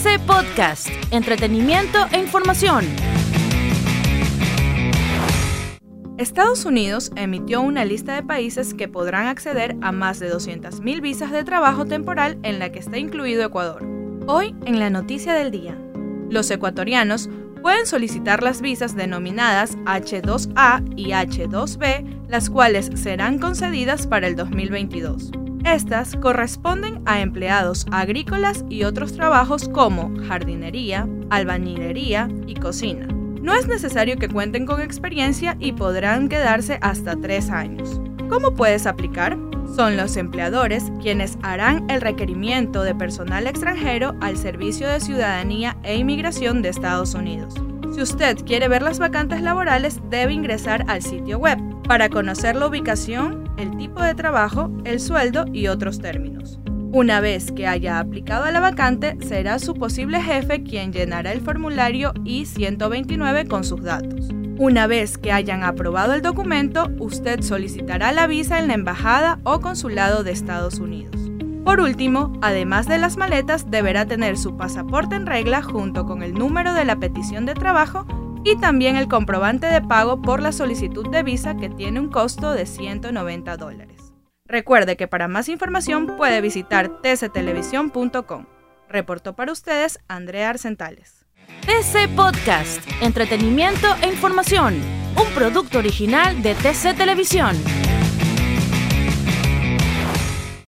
TC Podcast, entretenimiento e información. Estados Unidos emitió una lista de países que podrán acceder a más de 200.000 visas de trabajo temporal, en la que está incluido Ecuador. Hoy, en la noticia del día, los ecuatorianos pueden solicitar las visas denominadas H2A y H2B, las cuales serán concedidas para el 2022. Estas corresponden a empleados agrícolas y otros trabajos como jardinería, albañilería y cocina. No es necesario que cuenten con experiencia y podrán quedarse hasta 3 años. ¿Cómo puedes aplicar? Son los empleadores quienes harán el requerimiento de personal extranjero al Servicio de Ciudadanía e Inmigración de Estados Unidos. Si usted quiere ver las vacantes laborales, debe ingresar al sitio web para conocer la ubicación, el tipo de trabajo, el sueldo y otros términos. Una vez que haya aplicado a la vacante, será su posible jefe quien llenará el formulario I-129 con sus datos. Una vez que hayan aprobado el documento, usted solicitará la visa en la embajada o consulado de Estados Unidos. Por último, además de las maletas, deberá tener su pasaporte en regla junto con el número de la petición de trabajo y también el comprobante de pago por la solicitud de visa, que tiene un costo de $190. Recuerde que para más información puede visitar tctelevisión.com. Reportó para ustedes Andrea Arcentales. TC Podcast, entretenimiento e información, un producto original de TC Televisión.